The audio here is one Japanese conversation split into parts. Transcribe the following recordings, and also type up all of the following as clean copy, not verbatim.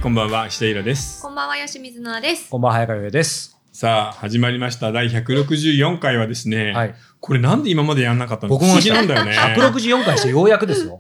こんばんは、石田イラです。 こんばんは、吉水奈です。 こんばんは、早川優です。 さあ、始まりました。第164回はですね、はい、これなんで今までやんなかったの？ 僕も不思議なんだよね。 164回してようやくですよ。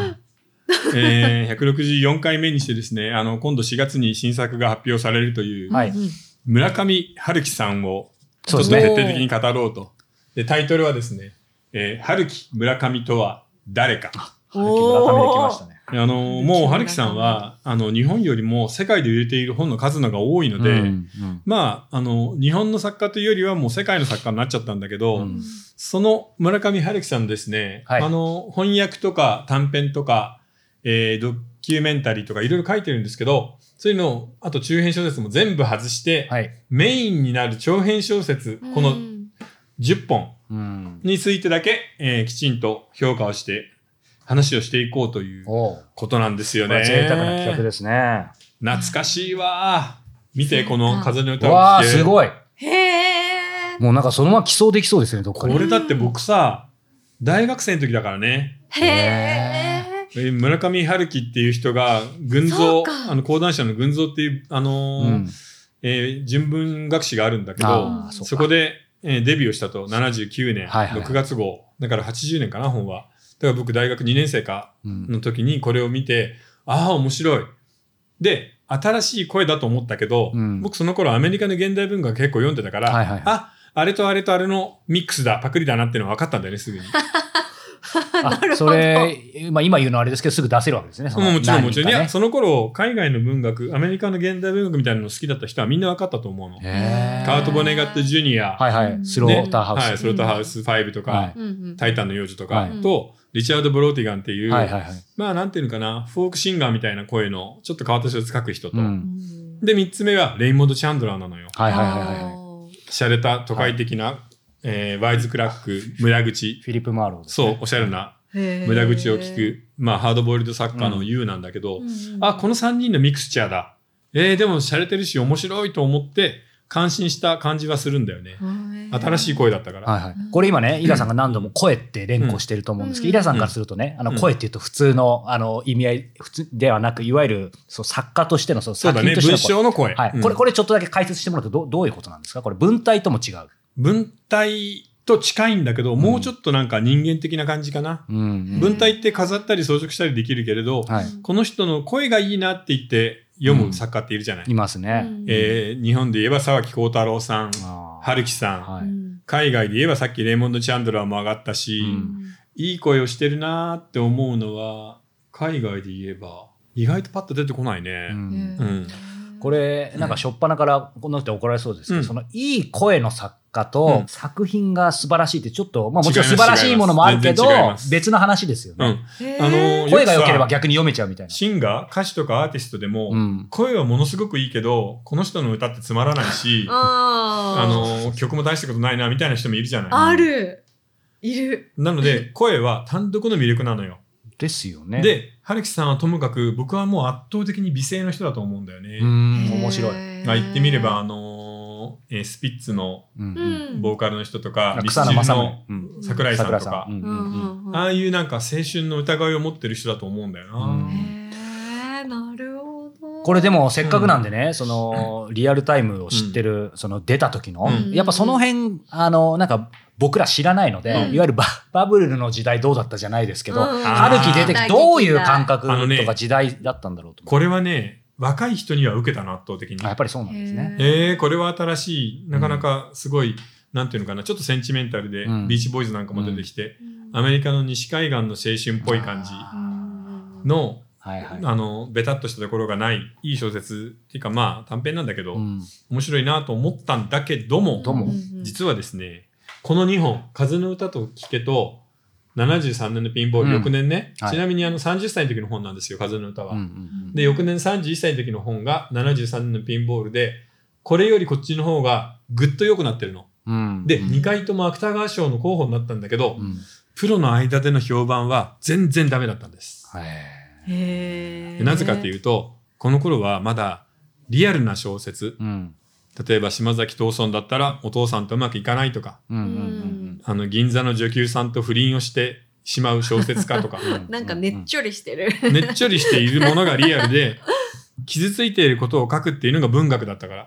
164回目にしてですね、今度4月に新作が発表されるという、はい、村上春樹さんをちょっと徹底的に語ろうと。で、タイトルはですね、春樹村上とは誰か。 春樹村上できましたね。 もう春樹さんは日本よりも世界で売れている本の数のが多いので、まあ日本の作家というよりはもう世界の作家になっちゃったんだけど、その村上春樹さんですね、はい、翻訳とか短編とか、ドキュメンタリーとかいろいろ書いてるんですけど、そういうのをあと中編小説も全部外して、はい、メインになる長編小説、この10本についてだけ、きちんと評価をして話をしていこうということなんですよね。 贅沢な企画ですね。 懐かしいわ。見て、この風の歌を聴け。わー、すごい。 へー。 もうなんかそのまま寄贈できそうですね、どこかに。 これだって僕さ、大学生の時だからね。 へー。 村上春樹っていう人が、群像、講談社の群像っていう、純文学誌があるんだけど、そこで、デビューをしたと、79年、6月号。だから80年かな、本は。だから僕大学2年生かの時にこれを見て、ああ、面白い。で、新しい声だと思ったけど、僕その頃アメリカの現代文学結構読んでたから、あれとあれとあれのミックスだ、パクリだなっていうのが分かったんだよね、すぐに。 それ、まあ今言うのはあれですけど、すぐ出せるわけですね。 もちろんもちろん。いや、その頃、海外の文学、アメリカの現代文学みたいなの好きだった人はみんな分かったと思うの。カート・ボネガット・ジュニア。 スローターハウス。 はい、スローターハウス5とか、タイタンの幼女とかと、リチャード・ブローティガンっていう、まあなんていうのかな、フォークシンガーみたいな声の、ちょっと変わった小説書く人と。で、3つ目はレイモンド・チャンドラーなのよ。洒落た都会的な、ワイズ・クラック、村口。 フィリップ・マーローですね。そう、おしゃれな村口を聞く、まあハードボイルド作家のユーなんだけど、あ、この3人のミクスチャーだ。でも洒落てるし面白いと思って、感心した感じはするんだよね。新しい声だったから。 これ今ね、イラさんが何度も声って連呼してると思うんですけど、イラさんからするとね、声って言うと普通の、意味合い、普通ではなく、いわゆる、作家としての、 作品としての声。文章の声。 はい。これちょっとだけ解説してもらうと、どういうことなんですか？これ文体とも違う。 文体と近いんだけど、もうちょっとなんか人間的な感じかな。文体って飾ったり装飾したりできるけれど、この人の声がいいなって言って、読む作家っているじゃない。 いますね。 日本で言えば沢木耕太郎さん、春樹さん、海外で言えばさっきレイモンド・チャンドラーも上がったし、いい声をしてるなーって思うのは、海外で言えば意外とパッと出てこないね。 これなんか初っ端からこの人怒られそうですけど、そのいい声の作家と作品が素晴らしいってちょっと、まあもちろん素晴らしいものもあるけど、別の話ですよね。声が良ければ逆に読めちゃうみたいな。 シンガー、歌手とかアーティストでも、声はものすごくいいけど、この人の歌ってつまらないし、曲も大したことないなみたいな人もいるじゃない。 ある。いる。 なので、声は単独の魅力なのよ。 ですよね。 で、春樹さんはともかく僕はもう圧倒的に美声の人だと思うんだよね。 面白い。 言ってみればスピッツのボーカルの人とか、 草野正宗の桜井さんとか、ああいうなんか青春の歌声を持ってる人だと思うんだよな。 なるほど。 これでもせっかくなんでね、そのリアルタイムを知ってる、その出た時の、やっぱその辺なんか僕ら知らないので、いわゆるバブルの時代どうだったじゃないですけど、春樹出てきてどういう感覚とか時代だったんだろうと。 これはね、若い人には受けたな、圧倒的に。 やっぱりそうなんですね。 これは新しい、なかなかすごい、なんていうのかな、ちょっとセンチメンタルで、ビーチボーイズなんかも出てきて、アメリカの西海岸の青春っぽい感じの、ベタっとしたところがない、いい小説っていうか、まあ短編なんだけど、面白いなと思ったんだけども、実はですね、この2本、風の歌と聞けと、73年のピンボール、翌年ね、ちなみに30歳の時の本なんですよ、風の歌は。で、翌年31歳の時の本が73年のピンボールで、これよりこっちの方がぐっと良くなってるの。で、2回とも芥川賞の候補になったんだけど、プロの間での評判は全然ダメだったんです。なぜかというと、この頃はまだリアルな小説、例えば島崎藤村だったらお父さんとうまくいかないとか、銀座の女給さんと不倫をしてしまう小説家とかなんかねっちょりしてる、 ねっちょりしているものがリアルで傷ついていることを書くっていうのが文学だったから。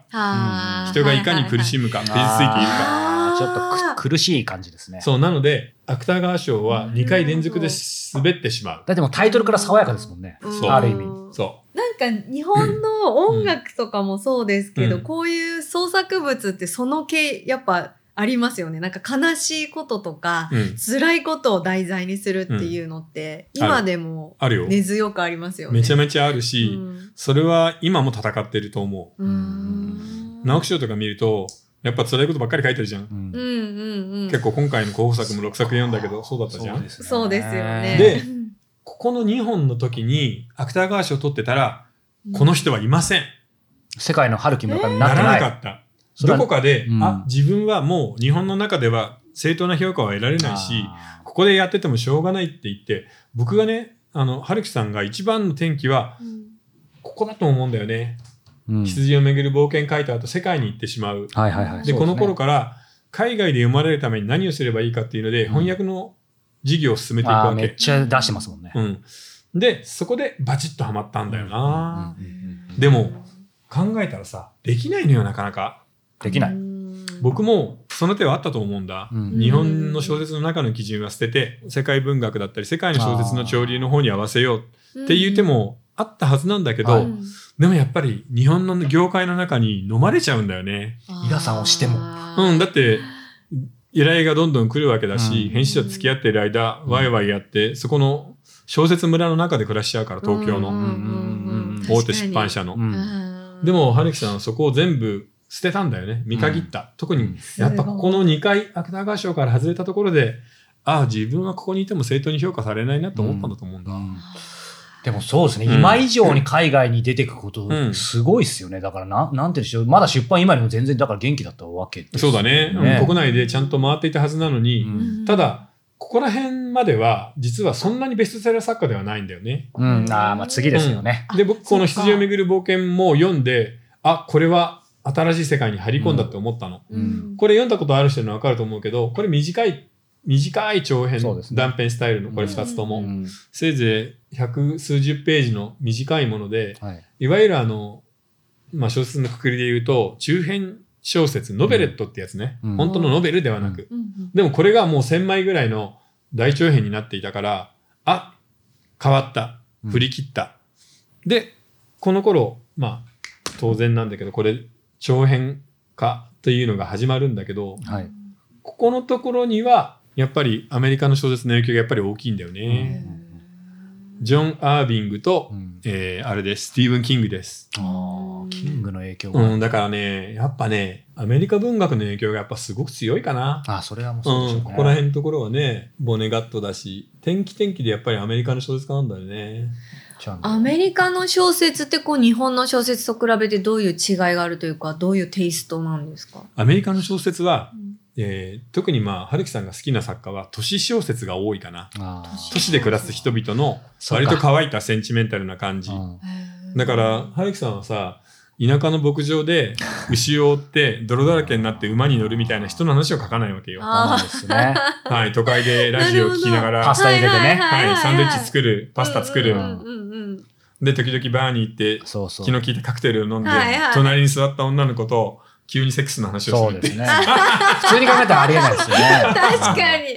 人がいかに苦しむか、傷ついているか。 ちょっと苦しい感じですね。 そう、なので、芥川賞は2回連続で滑ってしまう。 だってもうタイトルから爽やかですもんね。ある意味。 そう。 なんか日本の音楽とかもそうですけど、こういう創作物ってその系やっぱありますよね。なんか悲しいこととか、辛いことを題材にするっていうのって、今でも根強くありますよね。 めちゃめちゃあるし、それは今も戦ってると思う。直木賞とか見ると、やっぱ辛いことばっかり書いてるじゃん。結構今回の候補作も6作読んだけど、そうだったじゃん。 そうですよね。 で、ここの2本の時に芥川賞を取ってたら、この人はいません。 世界の春樹村上になってない。 ならなかった。どこかで、自分はもう日本の中では正当な評価は得られないし、ここでやっててもしょうがないって言って、僕がね、春樹さんが一番の転機は、ここだと思うんだよね。羊をめぐる冒険書いた後、世界に行ってしまう。で、この頃から海外で読まれるために何をすればいいかっていうので、翻訳の事業を進めていくわけ。 めっちゃ出してますもんね。 で、そこでバチッとハマったんだよな。でも、考えたらさ、できないのよ、なかなか。 できない。 僕もその手はあったと思うんだ。日本の小説の中の基準は捨てて、世界文学だったり、世界の小説の潮流の方に合わせようっていう手もあったはずなんだけど、でもやっぱり日本の業界の中に飲まれちゃうんだよね。 伊賀さんをしても。 だって、依頼がどんどん来るわけだし、編集者と付き合っている間、ワイワイやって、そこの小説村の中で暮らしちゃうから、東京の大手出版社の。でも、春樹さんはそこを全部捨てたんだよね。見限った。特に、やっぱこの2回芥川賞から外れたところで、自分はここにいても正当に評価されないなと思ったんだと思うんだ。 でもそうですね。今以上に海外に出てくこと、すごいっすよね。だからなんて言うんでしょう。まだ出版今にも全然だから元気だったわけです、ね。 そうだね。国内でちゃんと回っていたはずなのに、ただ、ここら辺までは、実はそんなにベストセラー作家ではないんだよね。 まあ次ですよね。 で、僕、この羊をめぐる冒険も読んで、これは新しい世界に入り込んだって思ったの。これ読んだことある人にはわかると思うけど、これ短い長編、断片スタイルのこれ2つとも、せいぜい100数十ページの短いもので、いわゆる小説のくくりで言うと、中編小説、ノベレットってやつね。本当のノベルではなく。でもこれがもう1000枚ぐらいの大長編になっていたから、変わった。振り切った。で、この頃、当然なんだけど、これ、長編化というのが始まるんだけど、ここのところには、やっぱりアメリカの小説の影響がやっぱり大きいんだよね。ジョン・アービングと、あれです。スティーブン・キングです。 キングの影響が。 だからね、やっぱね、アメリカ文学の影響がやっぱすごく強いかな。 それはもうそうでしょうね。 ここら辺のところはね、ボネガットだし、天気でやっぱりアメリカの小説家なんだよね。 アメリカの小説って日本の小説と比べてどういう違いがあるというか、どういうテイストなんですか？ アメリカの小説は、特に春樹さんが好きな作家は都市小説が多いかな。都市で暮らす人々の割と乾いたセンチメンタルな感じ。だから春樹さんはさ、田舎の牧場で牛を追って泥だらけになって馬に乗るみたいな人の話を書かないわけよ。 そうですね。 都会でラジオを聞きながらパスタ入れてね、 サンドイッチ作る、パスタ作る。で時々バーに行って気の利いたカクテルを飲んで、隣に座った女の子と急にセックスの話をするって。そうですね。 普通に考えたらありえないですよね。 確かに。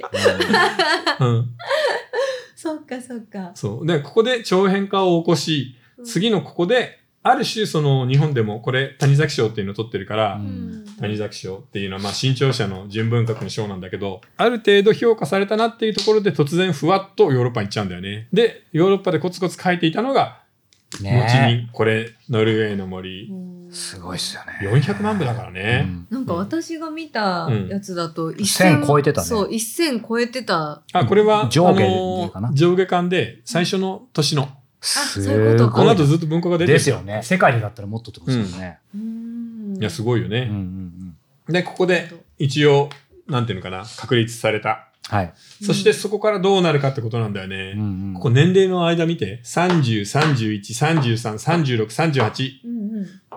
そっかそっか。 そう。で、ここで長編化を起こし、次のここで、ある種日本でもこれ谷崎賞っていうのを取ってるから、谷崎賞っていうのは新潮社の純文学の賞なんだけど、ある程度評価されたなっていうところで突然ふわっとヨーロッパに行っちゃうんだよね。で、ヨーロッパでコツコツ書いていたのが、後にこれ、ノルウェーの森。 すごいっすよね。 400万部だからね。 なんか私が見たやつだと 1000超えてたね。 そう、1000超えてた。 これは上下かな。 上下巻で最初の年の。 そういうことか。 この後ずっと文庫が出てる。 ですよね。世界にだったらもっとってことですよね。 いや、すごいよね。で、ここで一応、なんていうのかな、確立された。そしてそこからどうなるかってことなんだよね。ここ年齢の間見て、30、31、33、36、38。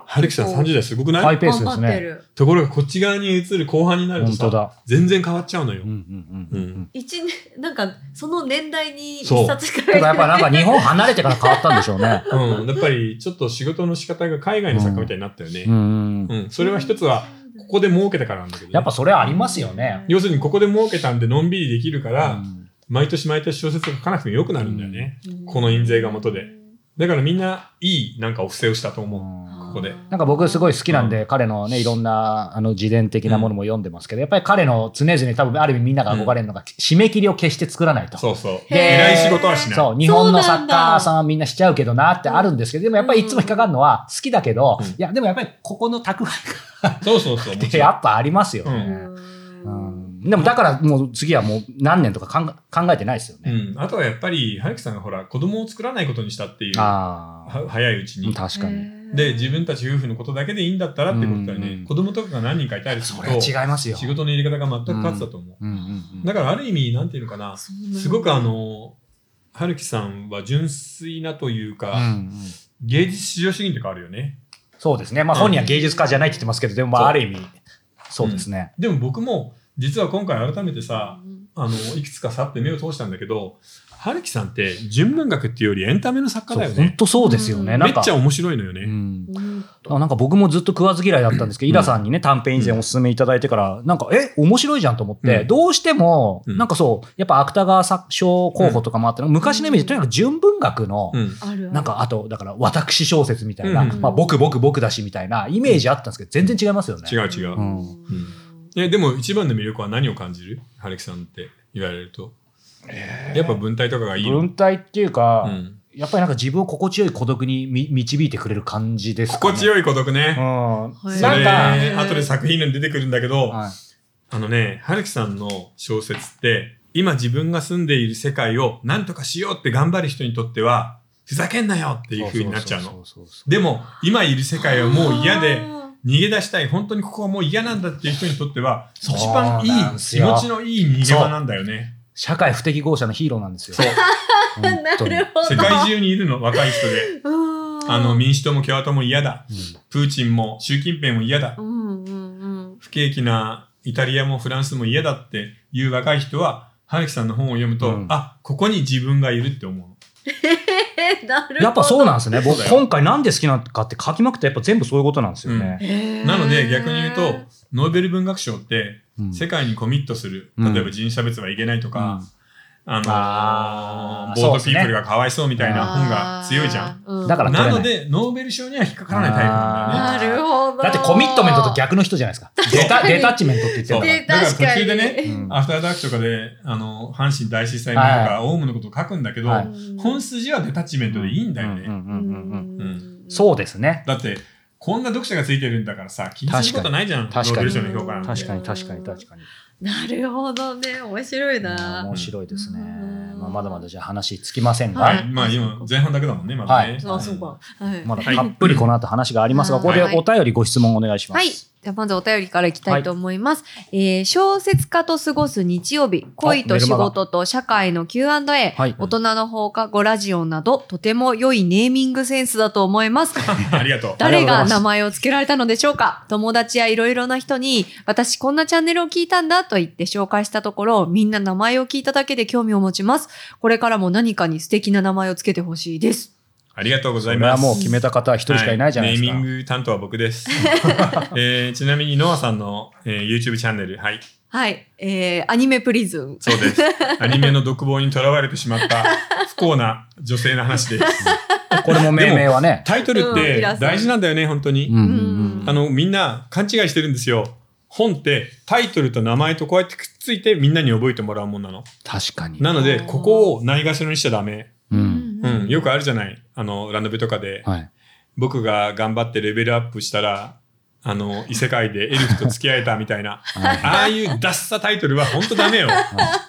春樹さん30代すごくない？ ハイペースですね。 ところがこっち側に移る後半になるとさ、全然変わっちゃうのよ。 一年、なんかその年代に一冊くらい。やっぱなんか日本離れてから変わったんでしょうね。 やっぱりちょっと仕事の仕方が海外の作家みたいになったよね。それは一つは、ここで儲けたからなんだけど、ね。 やっぱそれはありますよね。 要するにここで儲けたんでのんびりできるから、毎年毎年小説を書かなくても良くなるんだよね。この印税が元で。だからみんないいなんかお布施をしたと思う。ここで。 なんか僕すごい好きなんで、彼のね、いろんな自伝的なものも読んでますけど、やっぱり彼の常々多分ある意味みんなが憧れるのが、締め切りを決して作らないと。 そうそう。偉い仕事はしない。 そう、日本の作家さんはみんなしちゃうけどなってあるんですけど、でもやっぱりいつも引っかかるのは好きだけど、いや、でもやっぱりここの蓄えがそうそうそう。 ってやっぱありますよね。でもだからもう次はもう何年とか考えてないですよね。 あとはやっぱり、春樹さんがほら、子供を作らないことにしたっていう、早いうちに。 確かに。 で、自分たち夫婦のことだけでいいんだったらってことだよね。子供とかが何人かいたりすると、 それは違いますよ。 仕事の入れ方が全く変わってたと思う。だからある意味、なんていうのかな、すごく春樹さんは純粋なというか、芸術至上主義って変わるよね。 そうですね。まあ本人は芸術家じゃないって言ってますけど、でもまあある意味、そうですね。 でも僕も、実は今回改めてさ、いくつかさって目を通したんだけど、春樹さんって純文学っていうよりエンタメの作家だよね。 本当そうですよね。 めっちゃ面白いのよね。 なんか僕もずっと食わず嫌いだったんですけど、イラさんにね、短編以前お勧めいただいてから、なんか、面白いじゃんと思って、どうしても、なんかそう、やっぱ芥川賞候補とかもあって、昔のイメージ、とにかく純文学の、なんか、あと、だから、私小説みたいな、まあ、僕だしみたいなイメージあったんですけど、全然違いますよね。 違う。でも一番の魅力は何を感じる？春樹さんって言われると。やっぱ文体とかがいいの？ 文体っていうか、やっぱりなんか自分を心地よい孤独に導いてくれる感じですかね。 心地よい孤独ね。それ、後で作品に出てくるんだけど、春樹さんの小説って、今自分が住んでいる世界を何とかしようって頑張る人にとっては、ふざけんなよっていう風になっちゃうの。でも、今いる世界はもう嫌で、逃げ出したい、本当にここはもう嫌なんだっていう人にとっては、一番いい、気持ちのいい逃げ場なんだよね。 社会不適合者のヒーローなんですよ。そう。 なるほど。 世界中にいるの、若い人で。民主党も共和党も嫌だ。プーチンも習近平も嫌だ。不景気なイタリアもフランスも嫌だっていう若い人は、春樹さんの本を読むと、ここに自分がいるって思う。 やっぱそうなんですね。僕今回なんで好きなのかって書きまくってやっぱ全部そういうことなんですよね。 なので逆に言うと、ノーベル文学賞って世界にコミットする。例えば人種差別はいけないとか、ボートピープルがかわいそうみたいな本が強いじゃん。 だからなので、ノーベル賞には引っかからないタイプなんだよね。なるほど。 だってコミットメントと逆の人じゃないですか。デタッチメントって言ってるから。 だから途中でね、アフターダークとかで、阪神大震災とか、オウムのことを書くんだけど、本筋はデタッチメントでいいんだよね。 そうですね。 だって、こんな読者がついてるんだからさ、気にすることないじゃん。ノーベル賞の評価なんて。 確かに。 なるほどね。面白いな。 面白いですね。まだまだじゃあ話つきませんが。 はい。まあ今、前半だけだもんね、まだね。 あ、そうか。 まだたっぷりこの後話がありますが、ここでお便りご質問お願いします。 はい。じゃあまずお便りからいきたいと思います。小説家と過ごす日曜日、恋と仕事と社会の Q&A、大人の放課後ラジオなど、とても良いネーミングセンスだと思います。 ありがとう。 誰が名前を付けられたのでしょうか？友達やいろいろな人に、私こんなチャンネルを聞いたんだと言って紹介したところ、みんな名前を聞いただけで興味を持ちます。これからも何かに素敵な名前を付けてほしいです。 ありがとうございます。 それはもう決めた方は一人しかいないじゃないですか。 ネーミング担当は僕です。ちなみにノアさんの、YouTube チャンネル、はい。 はい。アニメプリズン。 そうです。アニメの独房に囚われてしまった不幸な女性の話です。 これも命名はね。 タイトルって大事なんだよね、本当に。みんな勘違いしてるんですよ。本ってタイトルと名前とこうやってくっついてみんなに覚えてもらうもんなの。 確かに。 なので、ここをないがしろにしちゃダメ。よくあるじゃない。ラノベとかで、僕が頑張ってレベルアップしたら、異世界でエルフと付き合えたみたいな、ああいうダッサタイトルは本当ダメよ。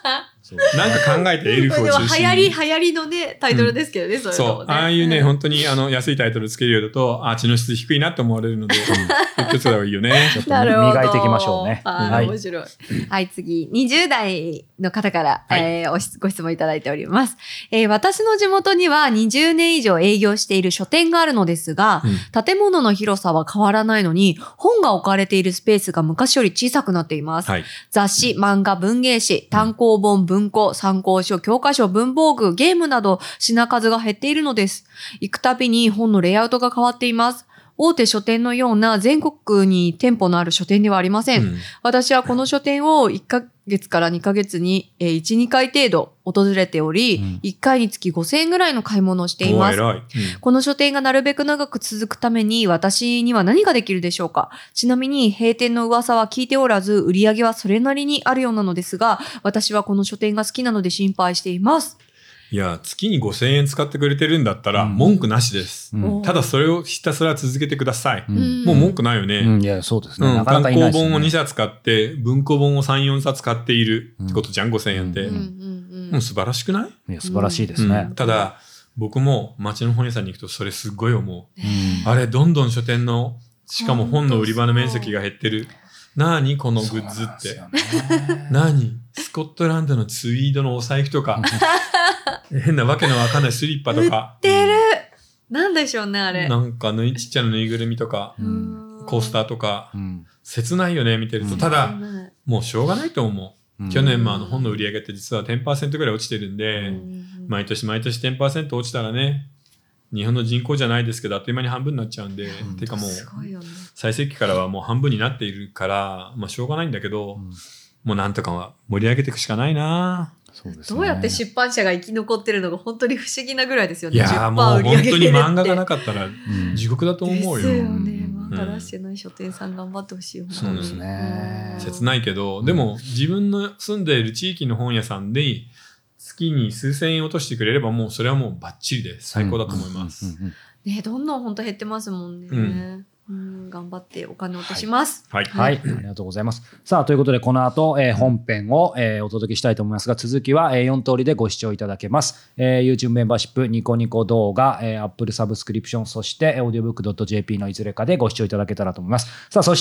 なんか考えてエルフを中心に。 流行りのね、タイトルですけどね、そういうのもね。 そう。ああいうね、本当に安いタイトルつけるようだと、知の質低いなって思われるので、気をつけた方がいいよね。 ちょっと磨いていきましょうね。 はい。面白い。はい、次。20代の方から、ご質問いただいております。私の地元には20年以上営業している書店があるのですが、建物の広さは変わらないのに、本が置かれているスペースが昔より小さくなっています。はい、雑誌、漫画、文芸誌、単行本、文庫、参考書、教科書、文房具、ゲームなど品数が減っているのです。行くたびに本のレイアウトが変わっています。大手書店のような全国に店舗のある書店ではありません。私はこの書店を1ヶ月から2ヶ月に1、2回程度訪れており、1回につき5000円ぐらいの買い物をしています。この書店がなるべく長く続くために私には何ができるでしょうか。ちなみに閉店の噂は聞いておらず、売り上げはそれなりにあるようなのですが、私はこの書店が好きなので心配しています。 いや、月に5000円使ってくれてるんだったら文句なしです。ただそれをひたすら続けてください。もう文句ないよね。 いや、そうですね。 単行本を2冊買って、文庫本を3、4冊買っているってことじゃん、5000円って。もう素晴らしくない？ いや、素晴らしいですね。 ただ、僕も街の本屋さんに行くとそれすっごい思う。あれ、どんどん書店の、しかも本の売り場の面積が減ってる。なにこのグッズって。なにスコットランドのツイードのお財布とか。変なわけのわかんないスリッパとか。 売ってる。なんでしょうね、あれ。 なんかちっちゃなぬいぐるみとか、コースターとか、切ないよね、見てると。ただ、もうしょうがないと思う。去年も本の売り上げって実は 10% ぐらい落ちてるんで、毎年 10% 落ちたらね、日本の人口じゃないですけど、あっという間に半分になっちゃうんで、てかもう、最盛期からはもう半分になっているから、まあしょうがないんだけど、もうなんとかは盛り上げていくしかないな。 そうですね、どうやって出版社が生き残ってるのが本当に不思議なぐらいですよね。 いやもう本当に漫画がなかったら地獄だと思うよ。 ですよね。漫画出してない書店さん頑張ってほしいよね。 そうですね。 切ないけど、でも自分の住んでいる地域の本屋さんで月に数千円落としてくれればもうそれはもうバッチリで最高だと思います。 ね、どんどん本当減ってますもんね。頑張ってお金を落とします。 はい。ありがとうございます。さあ、ということで、この後、本編を、お届けしたいと思いますが、続きは、4通りでご視聴いただけます。YouTube メンバーシップ、ニコニコ動画、Apple サブスクリプション、そして、audiobook.jp のいずれかでご視聴いただけたらと思います。さあ、そして、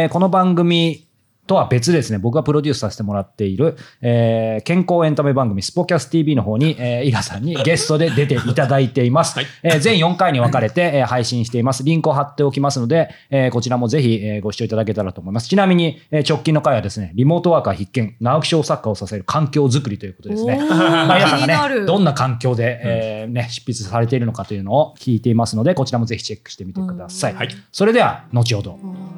この番組、とは別ですね、僕がプロデュースさせてもらっている、健康エンタメ番組スポキャス TV の方に、イラさんにゲストで出ていただいています。全4回に分かれて、配信しています。リンクを貼っておきますので、こちらもぜひ、ご視聴いただけたらと思います。ちなみに、直近の回はですね、リモートワーカー必見、直木賞作家を支える環境づくりということですね。イラさんがね、どんな環境で、執筆されているのかというのを聞いていますので、こちらもぜひチェックしてみてください。それでは、後ほど。